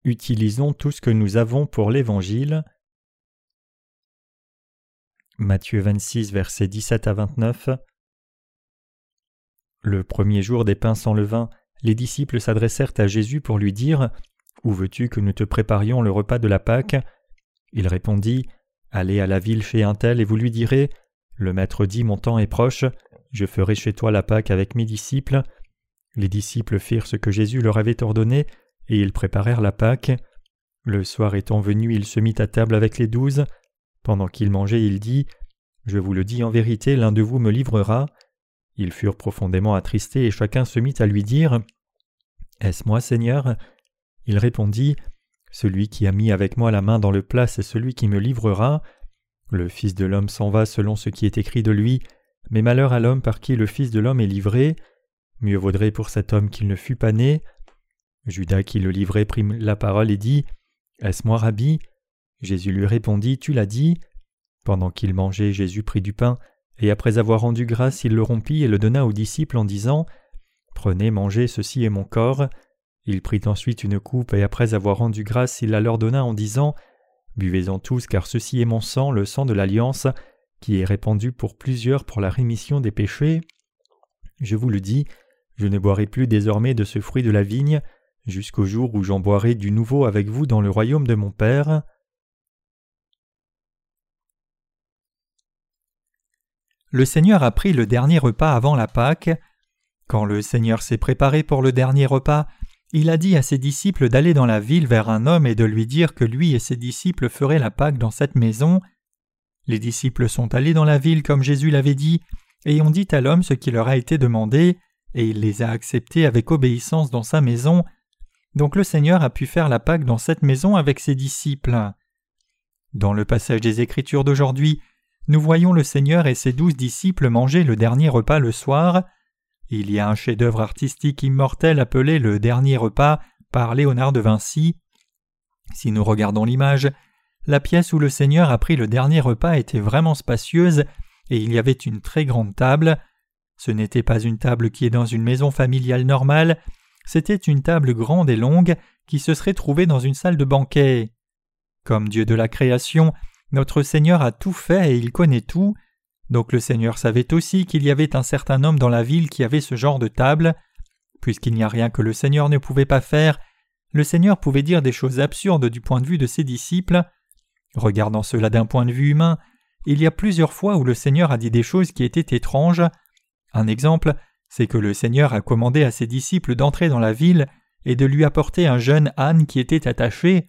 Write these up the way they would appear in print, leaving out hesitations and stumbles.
Utilisons tout ce que nous avons pour l'Évangile. Matthieu 26, versets 17 à 29. Le premier jour des pains sans levain, les disciples s'adressèrent à Jésus pour lui dire « Où veux-tu que nous te préparions le repas de la Pâque ?» Il répondit « Allez à la ville chez un tel et vous lui direz « Le maître dit, mon temps est proche, je ferai chez toi la Pâque avec mes disciples. » Les disciples firent ce que Jésus leur avait ordonné, et ils préparèrent la Pâque. Le soir étant venu, il se mit à table avec les 12. Pendant qu'il mangeait, il dit « Je vous le dis en vérité, l'un de vous me livrera. » Ils furent profondément attristés et chacun se mit à lui dire « Est-ce moi, Seigneur ?» Il répondit « Celui qui a mis avec moi la main dans le plat, c'est celui qui me livrera. Le Fils de l'homme s'en va selon ce qui est écrit de lui, mais malheur à l'homme par qui le Fils de l'homme est livré. Mieux vaudrait pour cet homme qu'il ne fût pas né. » Judas qui le livrait prit la parole et dit « Est-ce moi, Rabbi ?» Jésus lui répondit « Tu l'as dit. » Pendant qu'il mangeait, Jésus prit du pain, et après avoir rendu grâce, il le rompit et le donna aux disciples en disant « Prenez, mangez, ceci est mon corps. » Il prit ensuite une coupe, et après avoir rendu grâce, il la leur donna en disant « Buvez-en tous, car ceci est mon sang, le sang de l'Alliance, qui est répandu pour plusieurs pour la rémission des péchés. Je vous le dis, je ne boirai plus désormais de ce fruit de la vigne, jusqu'au jour où j'en boirai du nouveau avec vous dans le royaume de mon Père. » Le Seigneur a pris le dernier repas avant la Pâque. Quand le Seigneur s'est préparé pour le dernier repas, il a dit à ses disciples d'aller dans la ville vers un homme et de lui dire que lui et ses disciples feraient la Pâque dans cette maison. Les disciples sont allés dans la ville comme Jésus l'avait dit, et ont dit à l'homme ce qui leur a été demandé, et il les a acceptés avec obéissance dans sa maison. Donc le Seigneur a pu faire la Pâque dans cette maison avec ses disciples. Dans le passage des Écritures d'aujourd'hui, nous voyons le Seigneur et ses 12 disciples manger le dernier repas le soir. Il y a un chef-d'œuvre artistique immortel appelé Le Dernier Repas par Léonard de Vinci. Si nous regardons l'image, la pièce où le Seigneur a pris le dernier repas était vraiment spacieuse et il y avait une très grande table. Ce n'était pas une table qui est dans une maison familiale normale, c'était une table grande et longue qui se serait trouvée dans une salle de banquet. Comme Dieu de la création, notre Seigneur a tout fait et il connaît tout. Donc le Seigneur savait aussi qu'il y avait un certain homme dans la ville qui avait ce genre de table. Puisqu'il n'y a rien que le Seigneur ne pouvait pas faire, le Seigneur pouvait dire des choses absurdes du point de vue de ses disciples. Regardant cela d'un point de vue humain, il y a plusieurs fois où le Seigneur a dit des choses qui étaient étranges. Un exemple, c'est que le Seigneur a commandé à ses disciples d'entrer dans la ville et de lui apporter un jeune âne qui était attaché.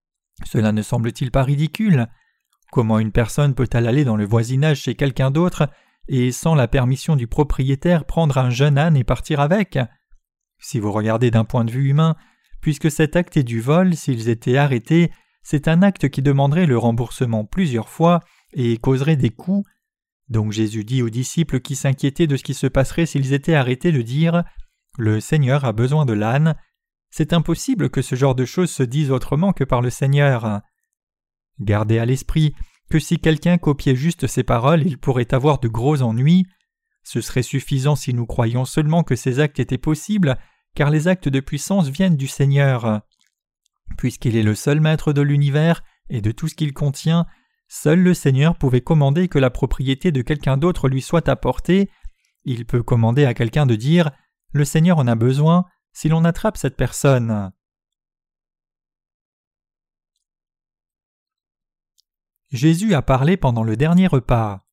Cela ne semble-t-il pas ridicule ? Comment une personne peut-elle aller dans le voisinage chez quelqu'un d'autre et, sans la permission du propriétaire, prendre un jeune âne et partir avec ? Si vous regardez d'un point de vue humain, puisque cet acte est du vol, s'ils étaient arrêtés, c'est un acte qui demanderait le remboursement plusieurs fois et causerait des coûts. Donc Jésus dit aux disciples qui s'inquiétaient de ce qui se passerait s'ils étaient arrêtés de dire « Le Seigneur a besoin de l'âne ». C'est impossible que ce genre de choses se dise autrement que par le Seigneur. Gardez à l'esprit que si quelqu'un copiait juste ces paroles, il pourrait avoir de gros ennuis. Ce serait suffisant si nous croyions seulement que ces actes étaient possibles, car les actes de puissance viennent du Seigneur. Puisqu'il est le seul maître de l'univers et de tout ce qu'il contient, seul le Seigneur pouvait commander que la propriété de quelqu'un d'autre lui soit apportée. Il peut commander à quelqu'un de dire « Le Seigneur en a besoin » si l'on attrape cette personne. Jésus a parlé pendant le dernier repas.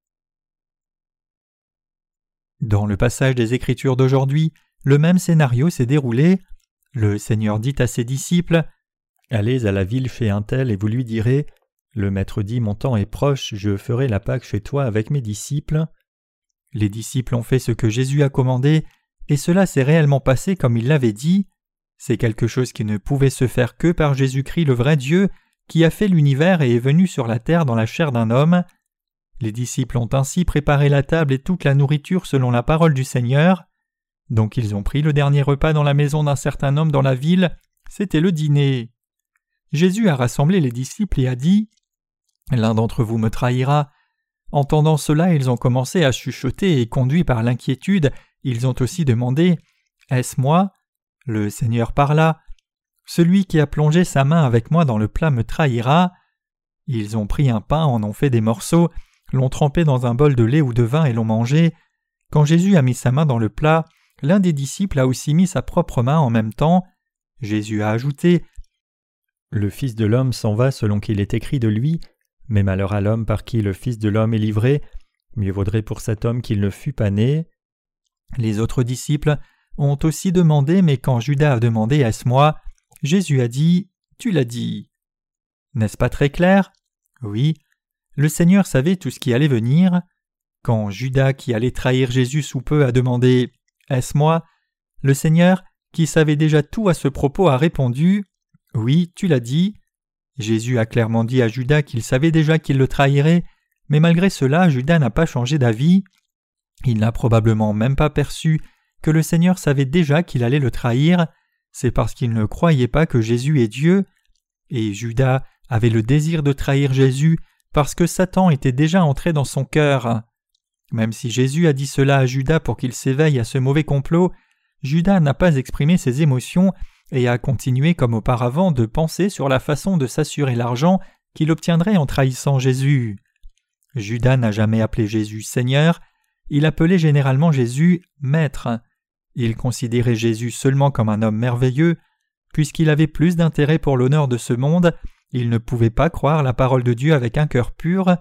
Dans le passage des Écritures d'aujourd'hui, le même scénario s'est déroulé. Le Seigneur dit à ses disciples « Allez à la ville chez un tel et vous lui direz « Le maître dit, mon temps est proche, je ferai la Pâque chez toi avec mes disciples. » Les disciples ont fait ce que Jésus a commandé, et cela s'est réellement passé comme il l'avait dit. C'est quelque chose qui ne pouvait se faire que par Jésus-Christ le vrai Dieu, qui a fait l'univers et est venu sur la terre dans la chair d'un homme. Les disciples ont ainsi préparé la table et toute la nourriture selon la parole du Seigneur. Donc ils ont pris le dernier repas dans la maison d'un certain homme dans la ville, c'était le dîner. Jésus a rassemblé les disciples et a dit « L'un d'entre vous me trahira ». Entendant cela, ils ont commencé à chuchoter et conduits par l'inquiétude, ils ont aussi demandé « Est-ce moi ?» Le Seigneur parla. Celui qui a plongé sa main avec moi dans le plat me trahira. » Ils ont pris un pain, en ont fait des morceaux, l'ont trempé dans un bol de lait ou de vin et l'ont mangé. Quand Jésus a mis sa main dans le plat, l'un des disciples a aussi mis sa propre main en même temps. Jésus a ajouté « Le Fils de l'homme s'en va selon qu'il est écrit de lui, mais malheur à l'homme par qui le Fils de l'homme est livré, mieux vaudrait pour cet homme qu'il ne fût pas né. » Les autres disciples ont aussi demandé, mais quand Judas a demandé « Est-ce moi ?», Jésus a dit « Tu l'as dit ». N'est-ce pas très clair? Oui. Le Seigneur savait tout ce qui allait venir. Quand Judas, qui allait trahir Jésus sous peu, a demandé « Est-ce moi ?», le Seigneur, qui savait déjà tout à ce propos, a répondu « Oui, tu l'as dit ». Jésus a clairement dit à Judas qu'il savait déjà qu'il le trahirait, mais malgré cela, Judas n'a pas changé d'avis. Il n'a probablement même pas perçu que le Seigneur savait déjà qu'il allait le trahir. C'est parce qu'il ne croyait pas que Jésus est Dieu. Et Judas avait le désir de trahir Jésus parce que Satan était déjà entré dans son cœur. Même si Jésus a dit cela à Judas pour qu'il s'éveille à ce mauvais complot, Judas n'a pas exprimé ses émotions et a continué comme auparavant de penser sur la façon de s'assurer l'argent qu'il obtiendrait en trahissant Jésus. Judas n'a jamais appelé Jésus Seigneur, il appelait généralement Jésus Maître. Il considérait Jésus seulement comme un homme merveilleux. Puisqu'il avait plus d'intérêt pour l'honneur de ce monde, il ne pouvait pas croire la parole de Dieu avec un cœur pur.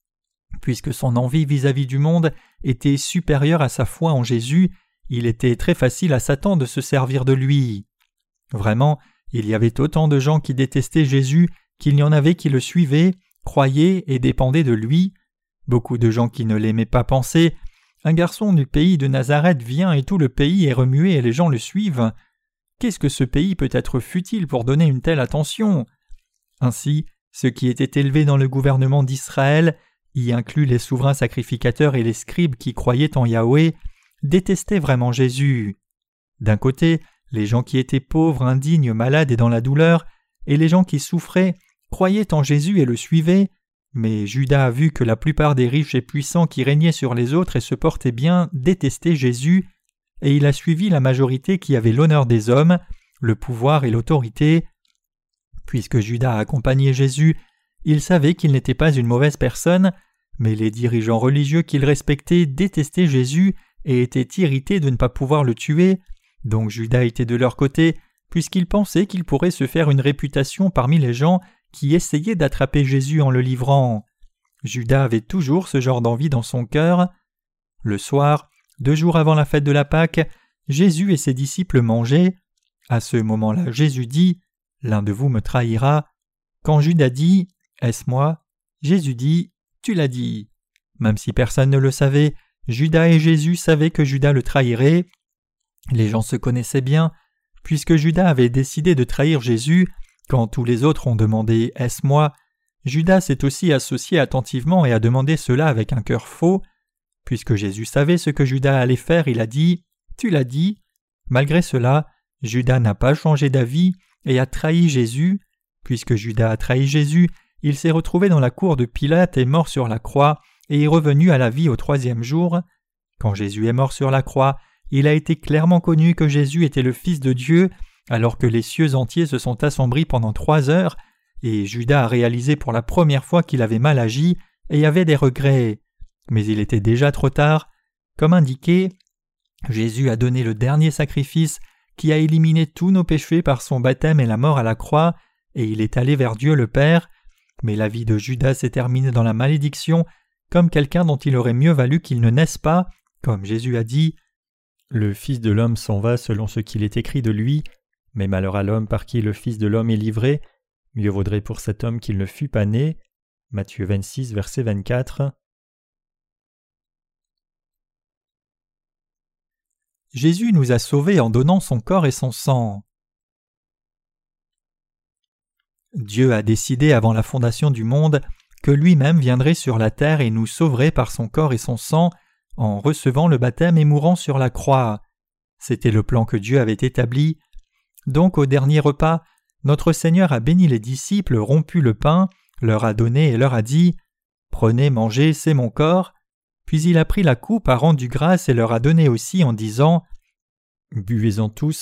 Puisque son envie vis-à-vis du monde était supérieure à sa foi en Jésus, il était très facile à Satan de se servir de lui. Vraiment, il y avait autant de gens qui détestaient Jésus qu'il y en avait qui le suivaient, croyaient et dépendaient de lui. Beaucoup de gens qui ne l'aimaient pas pensaient « Un garçon du pays de Nazareth vient et tout le pays est remué et les gens le suivent. Qu'est-ce que ce pays peut être futile pour donner une telle attention ?» Ainsi, ceux qui étaient élevés dans le gouvernement d'Israël, y inclus les souverains sacrificateurs et les scribes qui croyaient en Yahweh, détestaient vraiment Jésus. D'un côté, les gens qui étaient pauvres, indignes, malades et dans la douleur, et les gens qui souffraient, croyaient en Jésus et le suivaient, mais Judas a vu que la plupart des riches et puissants qui régnaient sur les autres et se portaient bien détestaient Jésus, et il a suivi la majorité qui avait l'honneur des hommes, le pouvoir et l'autorité. Puisque Judas a accompagné Jésus, il savait qu'il n'était pas une mauvaise personne, mais les dirigeants religieux qu'il respectait détestaient Jésus et étaient irrités de ne pas pouvoir le tuer, donc Judas était de leur côté, puisqu'il pensait qu'il pourrait se faire une réputation parmi les gens qui essayaient d'attraper Jésus en le livrant. Judas avait toujours ce genre d'envie dans son cœur. Le soir, 2 jours avant la fête de la Pâque, Jésus et ses disciples mangeaient. À ce moment-là, Jésus dit « L'un de vous me trahira ». Quand Judas dit « Est-ce moi ?», Jésus dit « Tu l'as dit ». Même si personne ne le savait, Judas et Jésus savaient que Judas le trahirait. Les gens se connaissaient bien. Puisque Judas avait décidé de trahir Jésus, quand tous les autres ont demandé « Est-ce moi ?», Judas s'est aussi associé attentivement et a demandé cela avec un cœur faux. Puisque Jésus savait ce que Judas allait faire, il a dit « Tu l'as dit ». Malgré cela, Judas n'a pas changé d'avis et a trahi Jésus. Puisque Judas a trahi Jésus, il s'est retrouvé dans la cour de Pilate et mort sur la croix et est revenu à la vie au 3e jour. Quand Jésus est mort sur la croix, il a été clairement connu que Jésus était le Fils de Dieu, alors que les cieux entiers se sont assombris pendant 3 heures, et Judas a réalisé pour la première fois qu'il avait mal agi et avait des regrets. Mais il était déjà trop tard. Comme indiqué, Jésus a donné le dernier sacrifice qui a éliminé tous nos péchés par son baptême et la mort à la croix, et il est allé vers Dieu le Père. Mais la vie de Judas s'est terminée dans la malédiction, comme quelqu'un dont il aurait mieux valu qu'il ne naisse pas, comme Jésus a dit « Le Fils de l'homme s'en va selon ce qu'il est écrit de lui, mais malheur à l'homme par qui le Fils de l'homme est livré, mieux vaudrait pour cet homme qu'il ne fût pas né. » Matthieu 26, verset 24. Jésus nous a sauvés en donnant son corps et son sang. Dieu a décidé avant la fondation du monde que lui-même viendrait sur la terre et nous sauverait par son corps et son sang en recevant le baptême et mourant sur la croix. C'était le plan que Dieu avait établi. Donc au dernier repas, notre Seigneur a béni les disciples, rompu le pain, leur a donné et leur a dit « Prenez, mangez, c'est mon corps ». Puis il a pris la coupe, a rendu grâce et leur a donné aussi en disant « Buvez-en tous,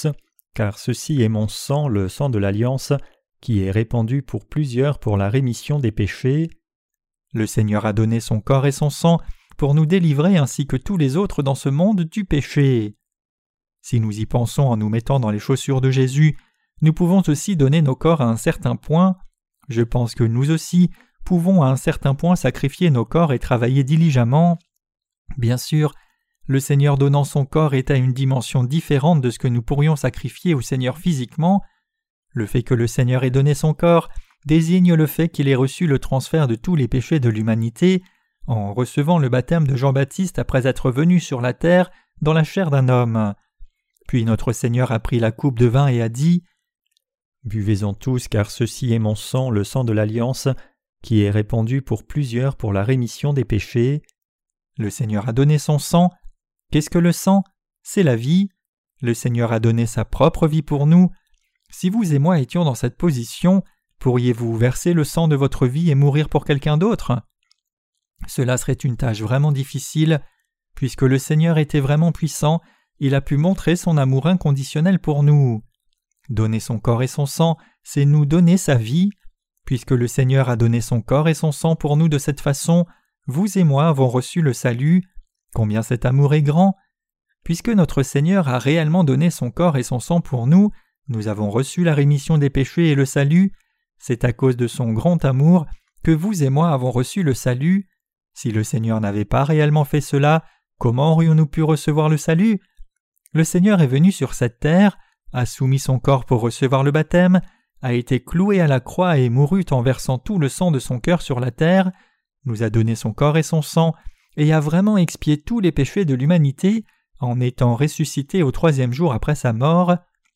car ceci est mon sang, le sang de l'Alliance, qui est répandu pour plusieurs pour la rémission des péchés. Le Seigneur a donné son corps et son sang pour nous délivrer ainsi que tous les autres dans ce monde du péché. Si nous y pensons en nous mettant dans les chaussures de Jésus, nous pouvons aussi donner nos corps à un certain point. Je pense que nous aussi pouvons à un certain point sacrifier nos corps et travailler diligemment. Bien sûr, le Seigneur donnant son corps est à une dimension différente de ce que nous pourrions sacrifier au Seigneur physiquement. Le fait que le Seigneur ait donné son corps désigne le fait qu'il ait reçu le transfert de tous les péchés de l'humanité en recevant le baptême de Jean-Baptiste après être venu sur la terre dans la chair d'un homme. Puis notre Seigneur a pris la coupe de vin et a dit « Buvez-en tous, car ceci est mon sang, le sang de l'Alliance, qui est répandu pour plusieurs pour la rémission des péchés. » Le Seigneur a donné son sang. Qu'est-ce que le sang? C'est la vie. Le Seigneur a donné sa propre vie pour nous. Si vous et moi étions dans cette position, pourriez-vous verser le sang de votre vie et mourir pour quelqu'un d'autre? Cela serait une tâche vraiment difficile. Puisque le Seigneur était vraiment puissant, il a pu montrer son amour inconditionnel pour nous. Donner son corps et son sang, c'est nous donner sa vie. Puisque le Seigneur a donné son corps et son sang pour nous de cette façon, vous et moi avons reçu le salut. Combien cet amour est grand! Puisque notre Seigneur a réellement donné son corps et son sang pour nous, nous avons reçu la rémission des péchés et le salut. C'est à cause de son grand amour que vous et moi avons reçu le salut. Si le Seigneur n'avait pas réellement fait cela, comment aurions-nous pu recevoir le salut? Le Seigneur est venu sur cette terre, a soumis son corps pour recevoir le baptême, a été cloué à la croix et mourut en versant tout le sang de son cœur sur la terre, nous a donné son corps et son sang, et a vraiment expié tous les péchés de l'humanité en étant ressuscité au 3e jour après sa mort.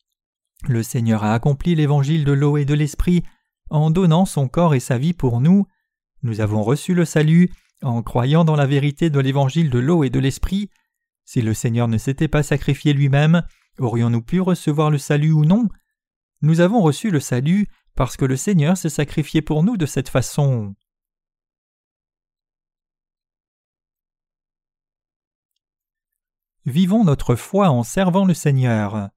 Le Seigneur a accompli l'évangile de l'eau et de l'esprit en donnant son corps et sa vie pour nous. Nous avons reçu le salut en croyant dans la vérité de l'évangile de l'eau et de l'esprit. Si le Seigneur ne s'était pas sacrifié lui-même, aurions-nous pu recevoir le salut ou non? Nous avons reçu le salut parce que le Seigneur s'est sacrifié pour nous de cette façon. Vivons notre foi en servant le Seigneur.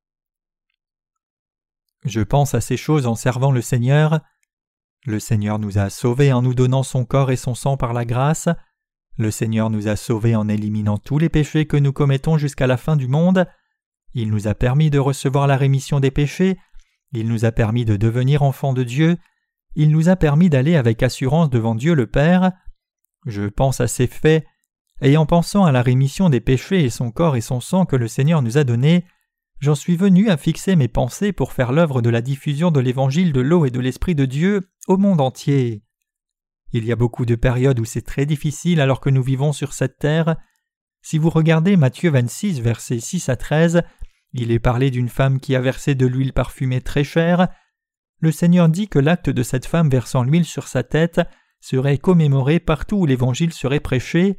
Je pense à ces choses en servant le Seigneur. Le Seigneur nous a sauvés en nous donnant son corps et son sang par la grâce. Le Seigneur nous a sauvés en éliminant tous les péchés que nous commettons jusqu'à la fin du monde. Il nous a permis de recevoir la rémission des péchés. Il nous a permis de devenir enfants de Dieu. Il nous a permis d'aller avec assurance devant Dieu le Père. Je pense à ces faits, et en pensant à la rémission des péchés et son corps et son sang que le Seigneur nous a donnés, j'en suis venu à fixer mes pensées pour faire l'œuvre de la diffusion de l'évangile de l'eau et de l'Esprit de Dieu au monde entier. Il y a beaucoup de périodes où c'est très difficile alors que nous vivons sur cette terre. Si vous regardez Matthieu 26, versets 6 à 13, il est parlé d'une femme qui a versé de l'huile parfumée très chère. Le Seigneur dit que l'acte de cette femme versant l'huile sur sa tête serait commémoré partout où l'évangile serait prêché.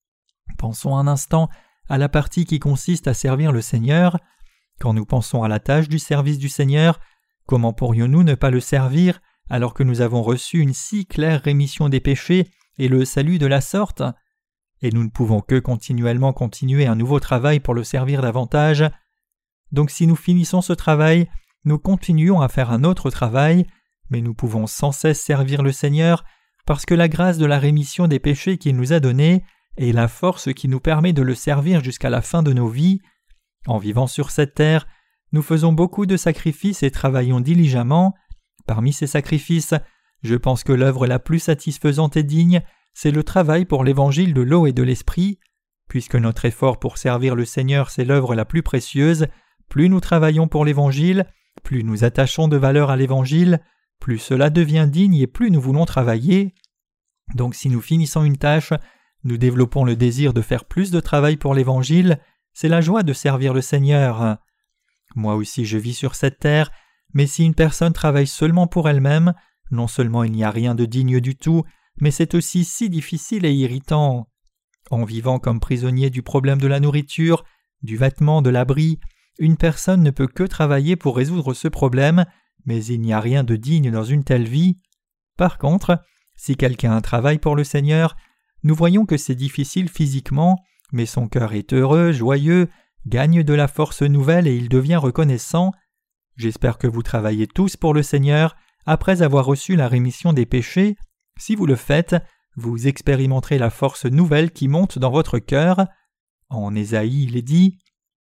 Pensons un instant à la partie qui consiste à servir le Seigneur. Quand nous pensons à la tâche du service du Seigneur, comment pourrions-nous ne pas le servir alors que nous avons reçu une si claire rémission des péchés et le salut de la sorte? Et nous ne pouvons que continuellement continuer un nouveau travail pour le servir davantage. Donc si nous finissons ce travail, nous continuons à faire un autre travail, mais nous pouvons sans cesse servir le Seigneur parce que la grâce de la rémission des péchés qu'il nous a donnée est la force qui nous permet de le servir jusqu'à la fin de nos vies. En vivant sur cette terre, nous faisons beaucoup de sacrifices et travaillons diligemment. Parmi ces sacrifices, je pense que l'œuvre la plus satisfaisante et digne, c'est le travail pour l'évangile de l'eau et de l'esprit. Puisque notre effort pour servir le Seigneur, c'est l'œuvre la plus précieuse, plus nous travaillons pour l'évangile, plus nous attachons de valeur à l'évangile, plus cela devient digne et plus nous voulons travailler. Donc si nous finissons une tâche, nous développons le désir de faire plus de travail pour l'évangile, c'est la joie de servir le Seigneur. Moi aussi je vis sur cette terre, mais si une personne travaille seulement pour elle-même, non seulement il n'y a rien de digne du tout, mais c'est aussi si difficile et irritant. En vivant comme prisonnier du problème de la nourriture, du vêtement, de l'abri, une personne ne peut que travailler pour résoudre ce problème, mais il n'y a rien de digne dans une telle vie. Par contre, si quelqu'un travaille pour le Seigneur, nous voyons que c'est difficile physiquement, mais son cœur est heureux, joyeux, gagne de la force nouvelle et il devient reconnaissant. J'espère que vous travaillez tous pour le Seigneur après avoir reçu la rémission des péchés. Si vous le faites, vous expérimenterez la force nouvelle qui monte dans votre cœur. En Ésaïe, il est dit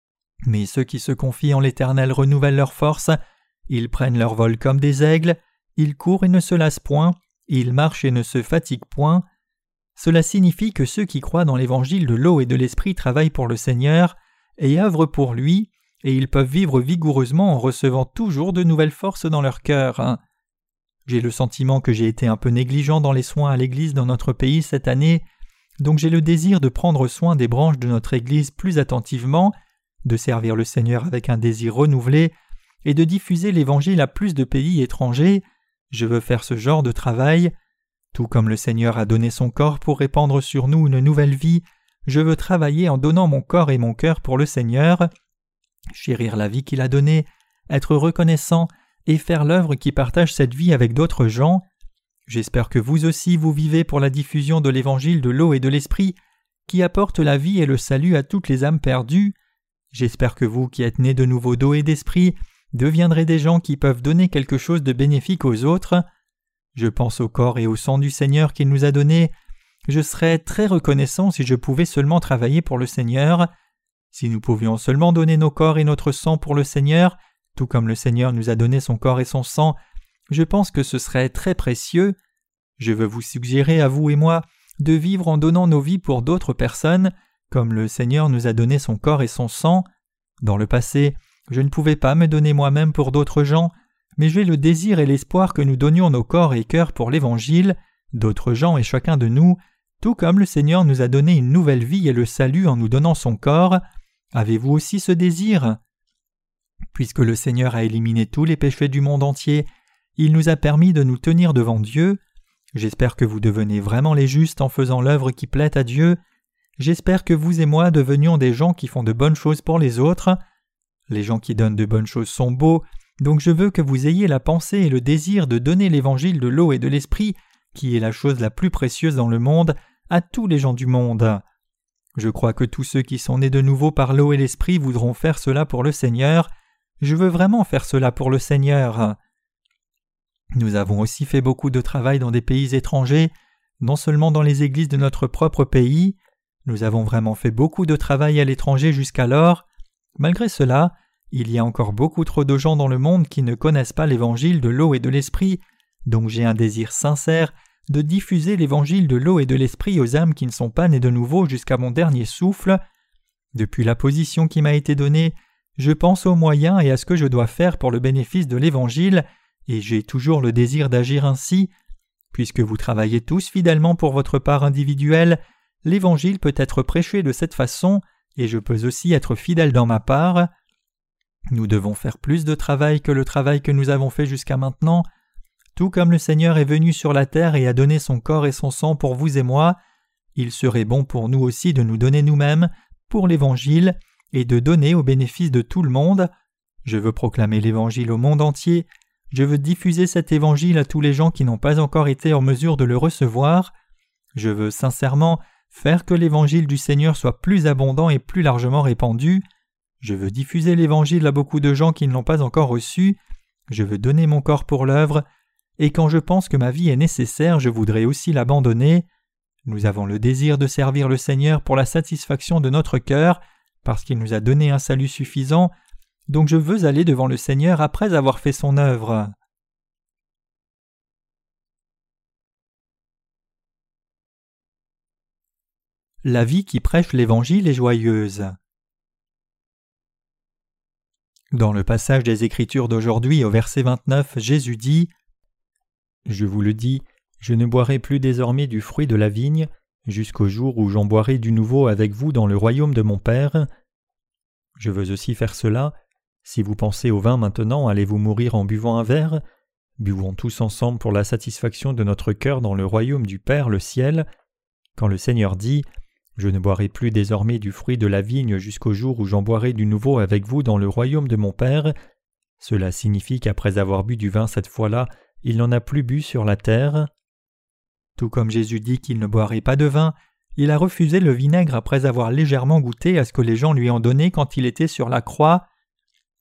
« Mais ceux qui se confient en l'Éternel renouvellent leur force, ils prennent leur vol comme des aigles, ils courent et ne se lassent point, ils marchent et ne se fatiguent point. » Cela signifie que ceux qui croient dans l'évangile de l'eau et de l'esprit travaillent pour le Seigneur et œuvrent pour lui, et ils peuvent vivre vigoureusement en recevant toujours de nouvelles forces dans leur cœur. J'ai le sentiment que j'ai été un peu négligent dans les soins à l'Église dans notre pays cette année, donc j'ai le désir de prendre soin des branches de notre Église plus attentivement, de servir le Seigneur avec un désir renouvelé et de diffuser l'Évangile à plus de pays étrangers. Je veux faire ce genre de travail. Tout comme le Seigneur a donné son corps pour répandre sur nous une nouvelle vie, je veux travailler en donnant mon corps et mon cœur pour le Seigneur, chérir la vie qu'il a donnée, être reconnaissant et faire l'œuvre qui partage cette vie avec d'autres gens. J'espère que vous aussi vous vivez pour la diffusion de l'évangile de l'eau et de l'esprit qui apporte la vie et le salut à toutes les âmes perdues. J'espère que vous qui êtes nés de nouveau d'eau et d'esprit deviendrez des gens qui peuvent donner quelque chose de bénéfique aux autres. Je pense au corps et au sang du Seigneur qu'il nous a donné. Je serais très reconnaissant si je pouvais seulement travailler pour le Seigneur. Si nous pouvions seulement donner nos corps et notre sang pour le Seigneur, tout comme le Seigneur nous a donné son corps et son sang, je pense que ce serait très précieux. Je veux vous suggérer à vous et moi de vivre en donnant nos vies pour d'autres personnes, comme le Seigneur nous a donné son corps et son sang. Dans le passé, je ne pouvais pas me donner moi-même pour d'autres gens, mais j'ai le désir et l'espoir que nous donnions nos corps et cœurs pour l'Évangile, d'autres gens et chacun de nous, tout comme le Seigneur nous a donné une nouvelle vie et le salut en nous donnant son corps. Avez-vous aussi ce désir? Puisque le Seigneur a éliminé tous les péchés du monde entier, il nous a permis de nous tenir devant Dieu. J'espère que vous devenez vraiment les justes en faisant l'œuvre qui plaît à Dieu. J'espère que vous et moi devenions des gens qui font de bonnes choses pour les autres. Les gens qui donnent de bonnes choses sont beaux, donc je veux que vous ayez la pensée et le désir de donner l'évangile de l'eau et de l'esprit, qui est la chose la plus précieuse dans le monde, à tous les gens du monde. Je crois que tous ceux qui sont nés de nouveau par l'eau et l'esprit voudront faire cela pour le Seigneur. Je veux vraiment faire cela pour le Seigneur. Nous avons aussi fait beaucoup de travail dans des pays étrangers, non seulement dans les églises de notre propre pays. Nous avons vraiment fait beaucoup de travail à l'étranger jusqu'alors. Malgré cela, il y a encore beaucoup trop de gens dans le monde qui ne connaissent pas l'évangile de l'eau et de l'esprit, donc j'ai un désir sincère de diffuser l'évangile de l'eau et de l'esprit aux âmes qui ne sont pas nées de nouveau jusqu'à mon dernier souffle. Depuis la position qui m'a été donnée, je pense aux moyens et à ce que je dois faire pour le bénéfice de l'évangile, et j'ai toujours le désir d'agir ainsi. Puisque vous travaillez tous fidèlement pour votre part individuelle, l'évangile peut être prêché de cette façon, et je peux aussi être fidèle dans ma part. Nous devons faire plus de travail que le travail que nous avons fait jusqu'à maintenant. Tout comme le Seigneur est venu sur la terre et a donné son corps et son sang pour vous et moi, il serait bon pour nous aussi de nous donner nous-mêmes pour l'Évangile et de donner au bénéfice de tout le monde. Je veux proclamer l'Évangile au monde entier. Je veux diffuser cet Évangile à tous les gens qui n'ont pas encore été en mesure de le recevoir. Je veux sincèrement faire que l'Évangile du Seigneur soit plus abondant et plus largement répandu. Je veux diffuser l'Évangile à beaucoup de gens qui ne l'ont pas encore reçu. Je veux donner mon corps pour l'œuvre. Et quand je pense que ma vie est nécessaire, je voudrais aussi l'abandonner. Nous avons le désir de servir le Seigneur pour la satisfaction de notre cœur, parce qu'il nous a donné un salut suffisant, donc je veux aller devant le Seigneur après avoir fait son œuvre. La vie qui prêche l'Évangile est joyeuse. Dans le passage des Écritures d'aujourd'hui, au verset 29, Jésus dit « Je vous le dis, je ne boirai plus désormais du fruit de la vigne, jusqu'au jour où j'en boirai du nouveau avec vous dans le royaume de mon Père. » Je veux aussi faire cela. Si vous pensez au vin maintenant, allez-vous mourir en buvant un verre? Buvons tous ensemble pour la satisfaction de notre cœur dans le royaume du Père, le ciel. Quand le Seigneur dit « Je ne boirai plus désormais du fruit de la vigne jusqu'au jour où j'en boirai du nouveau avec vous dans le royaume de mon Père », cela signifie qu'après avoir bu du vin cette fois-là, il n'en a plus bu sur la terre. Tout comme Jésus dit qu'il ne boirait pas de vin, il a refusé le vinaigre après avoir légèrement goûté à ce que les gens lui ont donné quand il était sur la croix.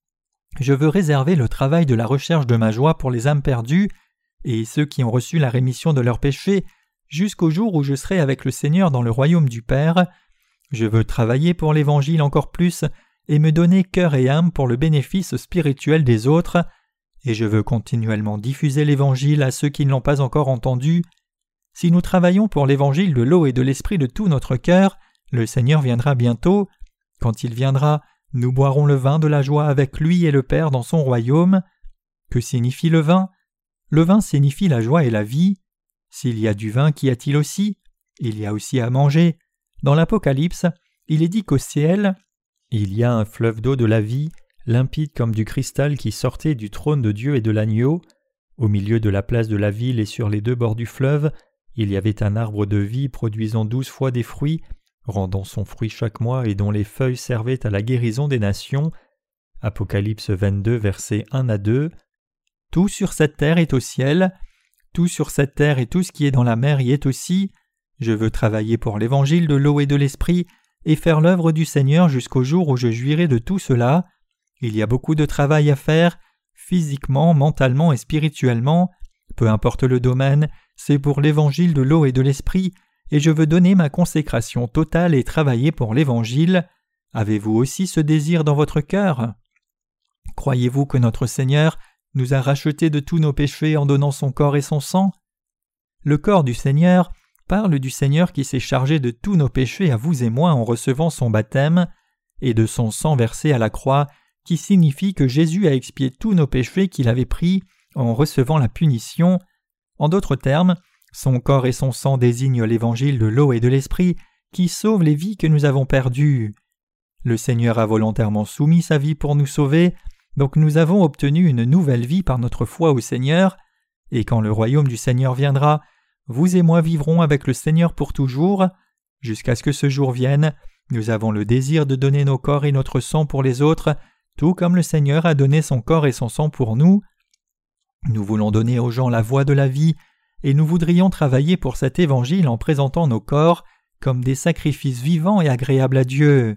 Je veux réserver le travail de la recherche de ma joie pour les âmes perdues et ceux qui ont reçu la rémission de leurs péchés jusqu'au jour où je serai avec le Seigneur dans le royaume du Père. Je veux travailler pour l'Évangile encore plus et me donner cœur et âme pour le bénéfice spirituel des autres, et je veux continuellement diffuser l'Évangile à ceux qui ne l'ont pas encore entendu. Si nous travaillons pour l'Évangile de l'eau et de l'Esprit de tout notre cœur, le Seigneur viendra bientôt. Quand il viendra, nous boirons le vin de la joie avec lui et le Père dans son royaume. Que signifie le vin? Le vin signifie la joie et la vie. S'il y a du vin, qu'y a-t-il aussi? Il y a aussi à manger. Dans l'Apocalypse, il est dit qu'au ciel, il y a un fleuve d'eau de la vie, limpide comme du cristal qui sortait du trône de Dieu et de l'agneau. Au milieu de la place de la ville et sur les deux bords du fleuve, il y avait un arbre de vie produisant 12 fois des fruits, rendant son fruit chaque mois et dont les feuilles servaient à la guérison des nations. Apocalypse 22, versets 1 à 2. Tout sur cette terre est au ciel. Tout sur cette terre et tout ce qui est dans la mer y est aussi. Je veux travailler pour l'Évangile de l'eau et de l'Esprit et faire l'œuvre du Seigneur jusqu'au jour où je jouirai de tout cela. Il y a beaucoup de travail à faire, physiquement, mentalement et spirituellement. Peu importe le domaine, c'est pour l'Évangile de l'eau et de l'Esprit, et je veux donner ma consécration totale et travailler pour l'Évangile. Avez-vous aussi ce désir dans votre cœur? Croyez-vous que notre Seigneur nous a rachetés de tous nos péchés en donnant son corps et son sang? Le corps du Seigneur parle du Seigneur qui s'est chargé de tous nos péchés à vous et moi en recevant son baptême, et de son sang versé à la croix, qui signifie que Jésus a expié tous nos péchés qu'il avait pris en recevant la punition. En d'autres termes, son corps et son sang désignent l'Évangile de l'eau et de l'Esprit qui sauve les vies que nous avons perdues. Le Seigneur a volontairement soumis sa vie pour nous sauver, donc nous avons obtenu une nouvelle vie par notre foi au Seigneur, et quand le royaume du Seigneur viendra, vous et moi vivrons avec le Seigneur pour toujours. Jusqu'à ce que ce jour vienne, nous avons le désir de donner nos corps et notre sang pour les autres, tout comme le Seigneur a donné son corps et son sang pour nous. Nous voulons donner aux gens la voie de la vie, et nous voudrions travailler pour cet évangile en présentant nos corps comme des sacrifices vivants et agréables à Dieu.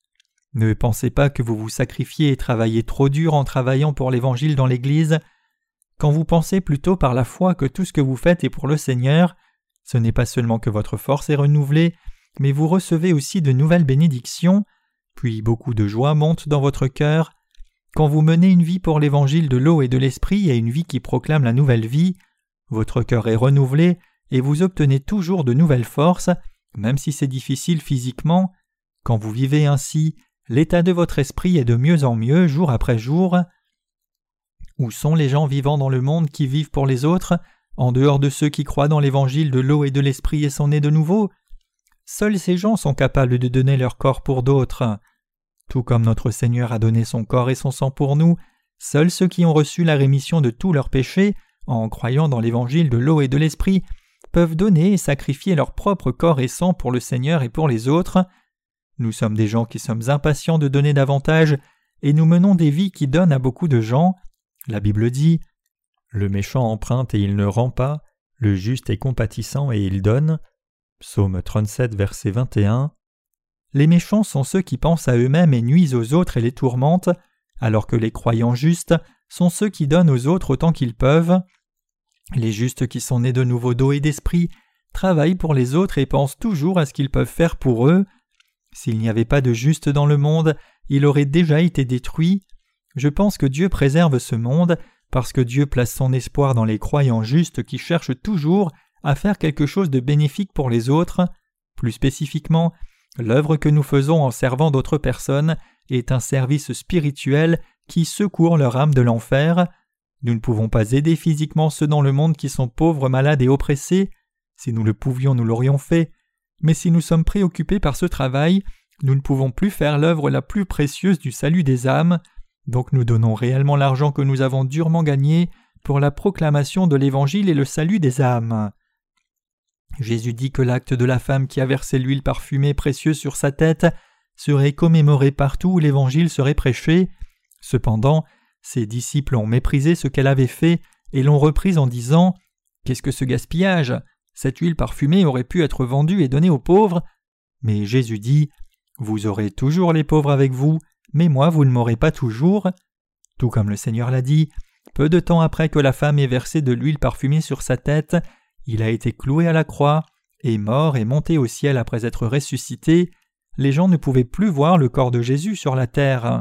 Ne pensez pas que vous vous sacrifiez et travaillez trop dur en travaillant pour l'évangile dans l'Église. Quand vous pensez plutôt par la foi que tout ce que vous faites est pour le Seigneur, ce n'est pas seulement que votre force est renouvelée, mais vous recevez aussi de nouvelles bénédictions, puis beaucoup de joie monte dans votre cœur. Quand vous menez une vie pour l'évangile de l'eau et de l'esprit et une vie qui proclame la nouvelle vie, votre cœur est renouvelé et vous obtenez toujours de nouvelles forces, même si c'est difficile physiquement. Quand vous vivez ainsi, l'état de votre esprit est de mieux en mieux jour après jour. Où sont les gens vivant dans le monde qui vivent pour les autres, en dehors de ceux qui croient dans l'évangile de l'eau et de l'esprit et sont nés de nouveau? Seuls ces gens sont capables de donner leur corps pour d'autres. Tout comme notre Seigneur a donné son corps et son sang pour nous, seuls ceux qui ont reçu la rémission de tous leurs péchés, en croyant dans l'évangile de l'eau et de l'esprit, peuvent donner et sacrifier leur propre corps et sang pour le Seigneur et pour les autres. Nous sommes des gens qui sommes impatients de donner davantage, et nous menons des vies qui donnent à beaucoup de gens. La Bible dit « Le méchant emprunte et il ne rend pas, le juste est compatissant et il donne » Psaume 37, verset 21. Les méchants sont ceux qui pensent à eux-mêmes et nuisent aux autres et les tourmentent, alors que les croyants justes sont ceux qui donnent aux autres autant qu'ils peuvent. Les justes qui sont nés de nouveau d'eau et d'esprit travaillent pour les autres et pensent toujours à ce qu'ils peuvent faire pour eux. S'il n'y avait pas de justes dans le monde, il aurait déjà été détruit. Je pense que Dieu préserve ce monde parce que Dieu place son espoir dans les croyants justes qui cherchent toujours à faire quelque chose de bénéfique pour les autres. Plus spécifiquement, l'œuvre que nous faisons en servant d'autres personnes est un service spirituel qui secourt leur âme de l'enfer. Nous ne pouvons pas aider physiquement ceux dans le monde qui sont pauvres, malades et oppressés. Si nous le pouvions, nous l'aurions fait. Mais si nous sommes préoccupés par ce travail, nous ne pouvons plus faire l'œuvre la plus précieuse du salut des âmes. Donc nous donnons réellement l'argent que nous avons durement gagné pour la proclamation de l'Évangile et le salut des âmes. Jésus dit que l'acte de la femme qui a versé l'huile parfumée précieuse sur sa tête serait commémoré partout où l'Évangile serait prêché. Cependant, ses disciples ont méprisé ce qu'elle avait fait et l'ont reprise en disant « Qu'est-ce que ce gaspillage? Cette huile parfumée aurait pu être vendue et donnée aux pauvres. » Mais Jésus dit « Vous aurez toujours les pauvres avec vous, mais moi vous ne m'aurez pas toujours. » Tout comme le Seigneur l'a dit, peu de temps après que la femme ait versé de l'huile parfumée sur sa tête, il a été cloué à la croix, est mort et monté au ciel après être ressuscité. Les gens ne pouvaient plus voir le corps de Jésus sur la terre.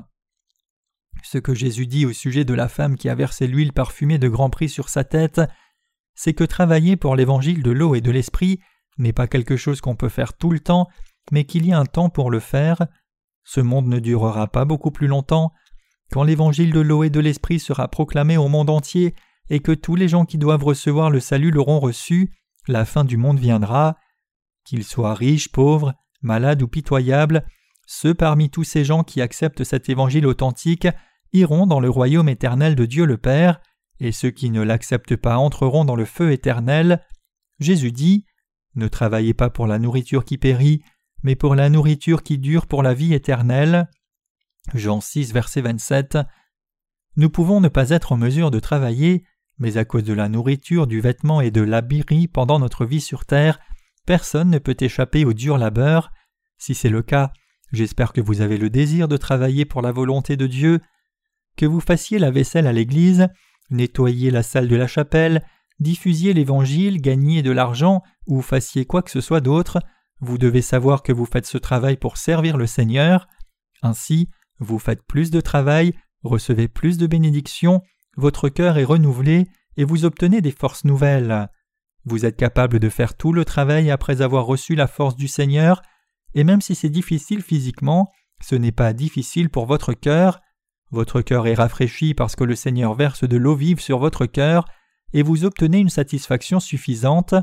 Ce que Jésus dit au sujet de la femme qui a versé l'huile parfumée de grand prix sur sa tête, c'est que travailler pour l'évangile de l'eau et de l'esprit n'est pas quelque chose qu'on peut faire tout le temps, mais qu'il y a un temps pour le faire. Ce monde ne durera pas beaucoup plus longtemps. Quand l'évangile de l'eau et de l'esprit sera proclamé au monde entier et que tous les gens qui doivent recevoir le salut l'auront reçu, la fin du monde viendra. Qu'ils soient riches, pauvres, malades ou pitoyables, ceux parmi tous ces gens qui acceptent cet évangile authentique iront dans le royaume éternel de Dieu le Père, et ceux qui ne l'acceptent pas entreront dans le feu éternel. Jésus dit « Ne travaillez pas pour la nourriture qui périt, mais pour la nourriture qui dure pour la vie éternelle. » Jean 6, verset 27. Nous pouvons ne pas être en mesure de travailler, mais à cause de la nourriture, du vêtement et de l'habillerie pendant notre vie sur terre, personne ne peut échapper au dur labeur. Si c'est le cas, j'espère que vous avez le désir de travailler pour la volonté de Dieu. Que vous fassiez la vaisselle à l'église, nettoyiez la salle de la chapelle, diffusiez l'évangile, gagniez de l'argent ou fassiez quoi que ce soit d'autre, vous devez savoir que vous faites ce travail pour servir le Seigneur. Ainsi, vous faites plus de travail, recevez plus de bénédictions, votre cœur est renouvelé et vous obtenez des forces nouvelles. Vous êtes capable de faire tout le travail après avoir reçu la force du Seigneur, et même si c'est difficile physiquement, ce n'est pas difficile pour votre cœur. Votre cœur est rafraîchi parce que le Seigneur verse de l'eau vive sur votre cœur, et vous obtenez une satisfaction suffisante.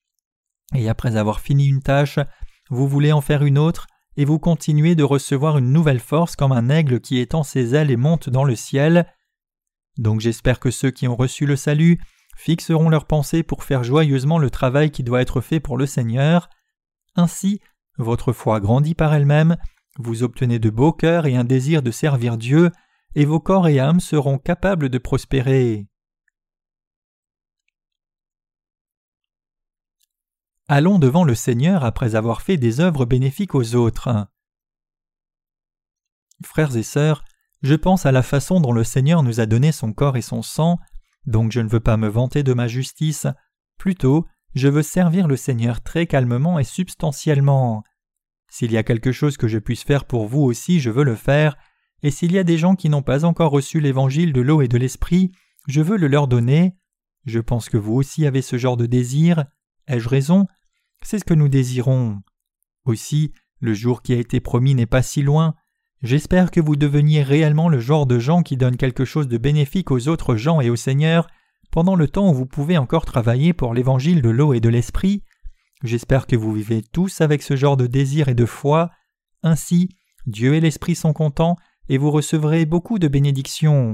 Et après avoir fini une tâche, vous voulez en faire une autre, et vous continuez de recevoir une nouvelle force comme un aigle qui étend ses ailes et monte dans le ciel. Donc j'espère que ceux qui ont reçu le salut fixeront leurs pensées pour faire joyeusement le travail qui doit être fait pour le Seigneur. Ainsi, votre foi grandit par elle-même, vous obtenez de beaux cœurs et un désir de servir Dieu, et vos corps et âmes seront capables de prospérer. Allons devant le Seigneur après avoir fait des œuvres bénéfiques aux autres. Frères et sœurs, je pense à la façon dont le Seigneur nous a donné son corps et son sang, donc je ne veux pas me vanter de ma justice, plutôt je veux servir le Seigneur très calmement et substantiellement. S'il y a quelque chose que je puisse faire pour vous aussi, je veux le faire, et s'il y a des gens qui n'ont pas encore reçu l'évangile de l'eau et de l'esprit, je veux le leur donner. Je pense que vous aussi avez ce genre de désir. Ai-je raison ? C'est ce que nous désirons. Aussi, le jour qui a été promis n'est pas si loin. J'espère que vous deveniez réellement le genre de gens qui donnent quelque chose de bénéfique aux autres gens et au Seigneur pendant le temps où vous pouvez encore travailler pour l'évangile de l'eau et de l'esprit. J'espère que vous vivez tous avec ce genre de désir et de foi. Ainsi, Dieu et l'Esprit sont contents et vous recevrez beaucoup de bénédictions.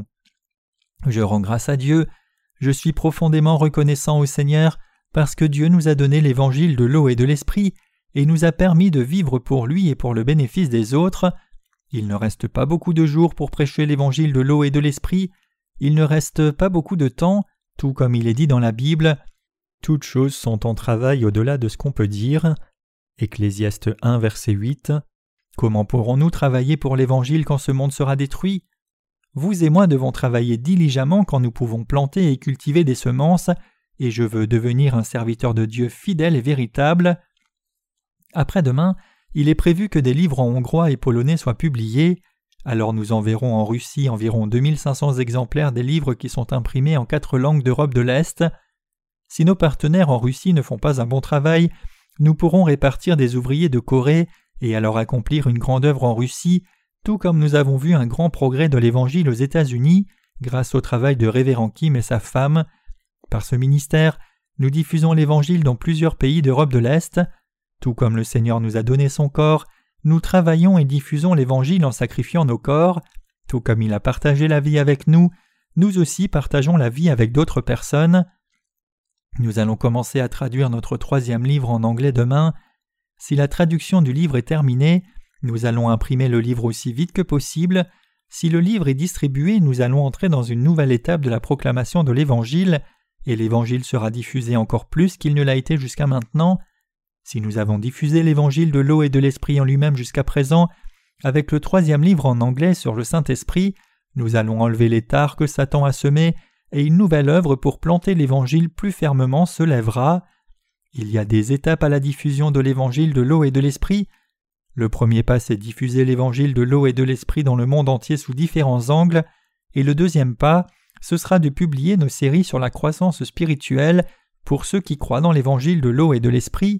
Je rends grâce à Dieu. Je suis profondément reconnaissant au Seigneur parce que Dieu nous a donné l'évangile de l'eau et de l'esprit et nous a permis de vivre pour lui et pour le bénéfice des autres. Il ne reste pas beaucoup de jours pour prêcher l'évangile de l'eau et de l'esprit. Il ne reste pas beaucoup de temps, tout comme il est dit dans la Bible. Toutes choses sont en travail au-delà de ce qu'on peut dire. Ecclésiaste 1, verset 8. Comment pourrons-nous travailler pour l'évangile quand ce monde sera détruit ? Vous et moi devons travailler diligemment quand nous pouvons planter et cultiver des semences, et je veux devenir un serviteur de Dieu fidèle et véritable. Après-demain, il est prévu que des livres en hongrois et polonais soient publiés. Alors nous enverrons en Russie environ 2500 exemplaires des livres qui sont imprimés en 4 langues d'Europe de l'Est. Si nos partenaires en Russie ne font pas un bon travail, nous pourrons répartir des ouvriers de Corée et alors accomplir une grande œuvre en Russie, tout comme nous avons vu un grand progrès de l'Évangile aux États-Unis grâce au travail de Révérend Kim et sa femme. Par ce ministère, nous diffusons l'Évangile dans plusieurs pays d'Europe de l'Est. Tout comme le Seigneur nous a donné son corps, nous travaillons et diffusons l'Évangile en sacrifiant nos corps. Tout comme il a partagé la vie avec nous, nous aussi partageons la vie avec d'autres personnes. Nous allons commencer à traduire notre 3e livre en anglais demain. Si la traduction du livre est terminée, nous allons imprimer le livre aussi vite que possible. Si le livre est distribué, nous allons entrer dans une nouvelle étape de la proclamation de l'Évangile, et l'Évangile sera diffusé encore plus qu'il ne l'a été jusqu'à maintenant. Si nous avons diffusé l'Évangile de l'eau et de l'Esprit en lui-même jusqu'à présent, avec le 3e livre en anglais sur le Saint-Esprit, Nous allons enlever les tares que Satan a semées, et une nouvelle œuvre pour planter l'Évangile plus fermement se lèvera. Il y a des étapes à la diffusion de l'Évangile de l'eau et de l'Esprit. Le premier pas, c'est diffuser l'Évangile de l'eau et de l'Esprit dans le monde entier sous différents angles, et le deuxième pas, ce sera de publier nos séries sur la croissance spirituelle pour ceux qui croient dans l'Évangile de l'eau et de l'Esprit.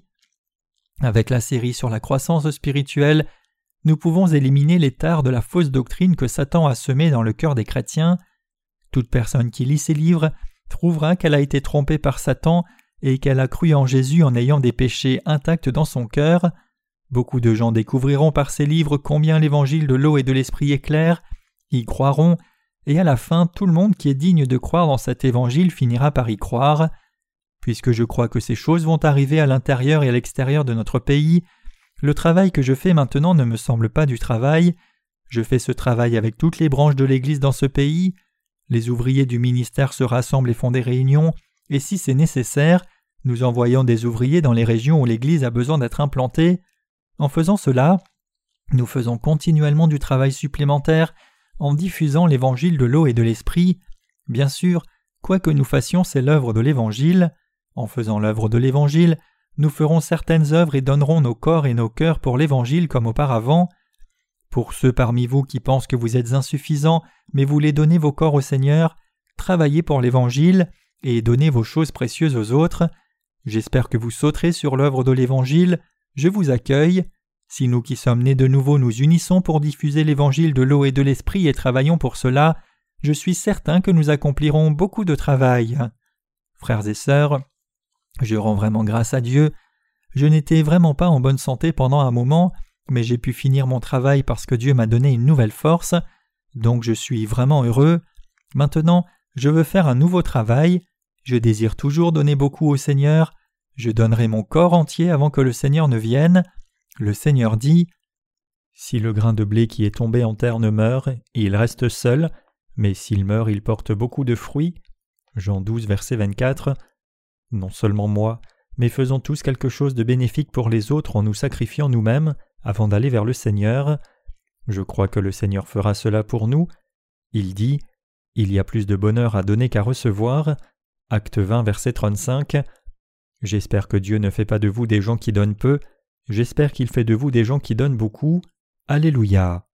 Avec la série sur la croissance spirituelle, nous pouvons éliminer les tares de la fausse doctrine que Satan a semée dans le cœur des chrétiens. Toute personne qui lit ces livres trouvera qu'elle a été trompée par Satan et qu'elle a cru en Jésus en ayant des péchés intacts dans son cœur. Beaucoup de gens découvriront par ces livres combien l'Évangile de l'eau et de l'Esprit est clair, y croiront, et à la fin, tout le monde qui est digne de croire dans cet Évangile finira par y croire. Puisque je crois que ces choses vont arriver à l'intérieur et à l'extérieur de notre pays, le travail que je fais maintenant ne me semble pas du travail. Je fais ce travail avec toutes les branches de l'Église dans ce pays. Les ouvriers du ministère se rassemblent et font des réunions, et si c'est nécessaire, nous envoyons des ouvriers dans les régions où l'Église a besoin d'être implantée. En faisant cela, nous faisons continuellement du travail supplémentaire en diffusant l'Évangile de l'eau et de l'Esprit. Bien sûr, quoi que nous fassions, c'est l'œuvre de l'Évangile. En faisant l'œuvre de l'Évangile, nous ferons certaines œuvres et donnerons nos corps et nos cœurs pour l'Évangile comme auparavant. Pour ceux parmi vous qui pensent que vous êtes insuffisants, mais voulez donner vos corps au Seigneur, travaillez pour l'Évangile et donnez vos choses précieuses aux autres. J'espère que vous sauterez sur l'œuvre de l'Évangile. Je vous accueille. Si nous qui sommes nés de nouveau nous unissons pour diffuser l'Évangile de l'eau et de l'Esprit et travaillons pour cela, je suis certain que nous accomplirons beaucoup de travail. Frères et sœurs, je rends vraiment grâce à Dieu. Je n'étais vraiment pas en bonne santé pendant un moment, mais j'ai pu finir mon travail parce que Dieu m'a donné une nouvelle force, donc je suis vraiment heureux. Maintenant, je veux faire un nouveau travail. Je désire toujours donner beaucoup au Seigneur. Je donnerai mon corps entier avant que le Seigneur ne vienne. Le Seigneur dit « Si le grain de blé qui est tombé en terre ne meurt, il reste seul, mais s'il meurt, il porte beaucoup de fruits. » Jean 12, verset 24. Non seulement moi, mais faisons tous quelque chose de bénéfique pour les autres en nous sacrifiant nous-mêmes avant d'aller vers le Seigneur. Je crois que le Seigneur fera cela pour nous. Il dit « Il y a plus de bonheur à donner qu'à recevoir. » Acte 20, verset 35. J'espère que Dieu ne fait pas de vous des gens qui donnent peu. J'espère qu'il fait de vous des gens qui donnent beaucoup. Alléluia.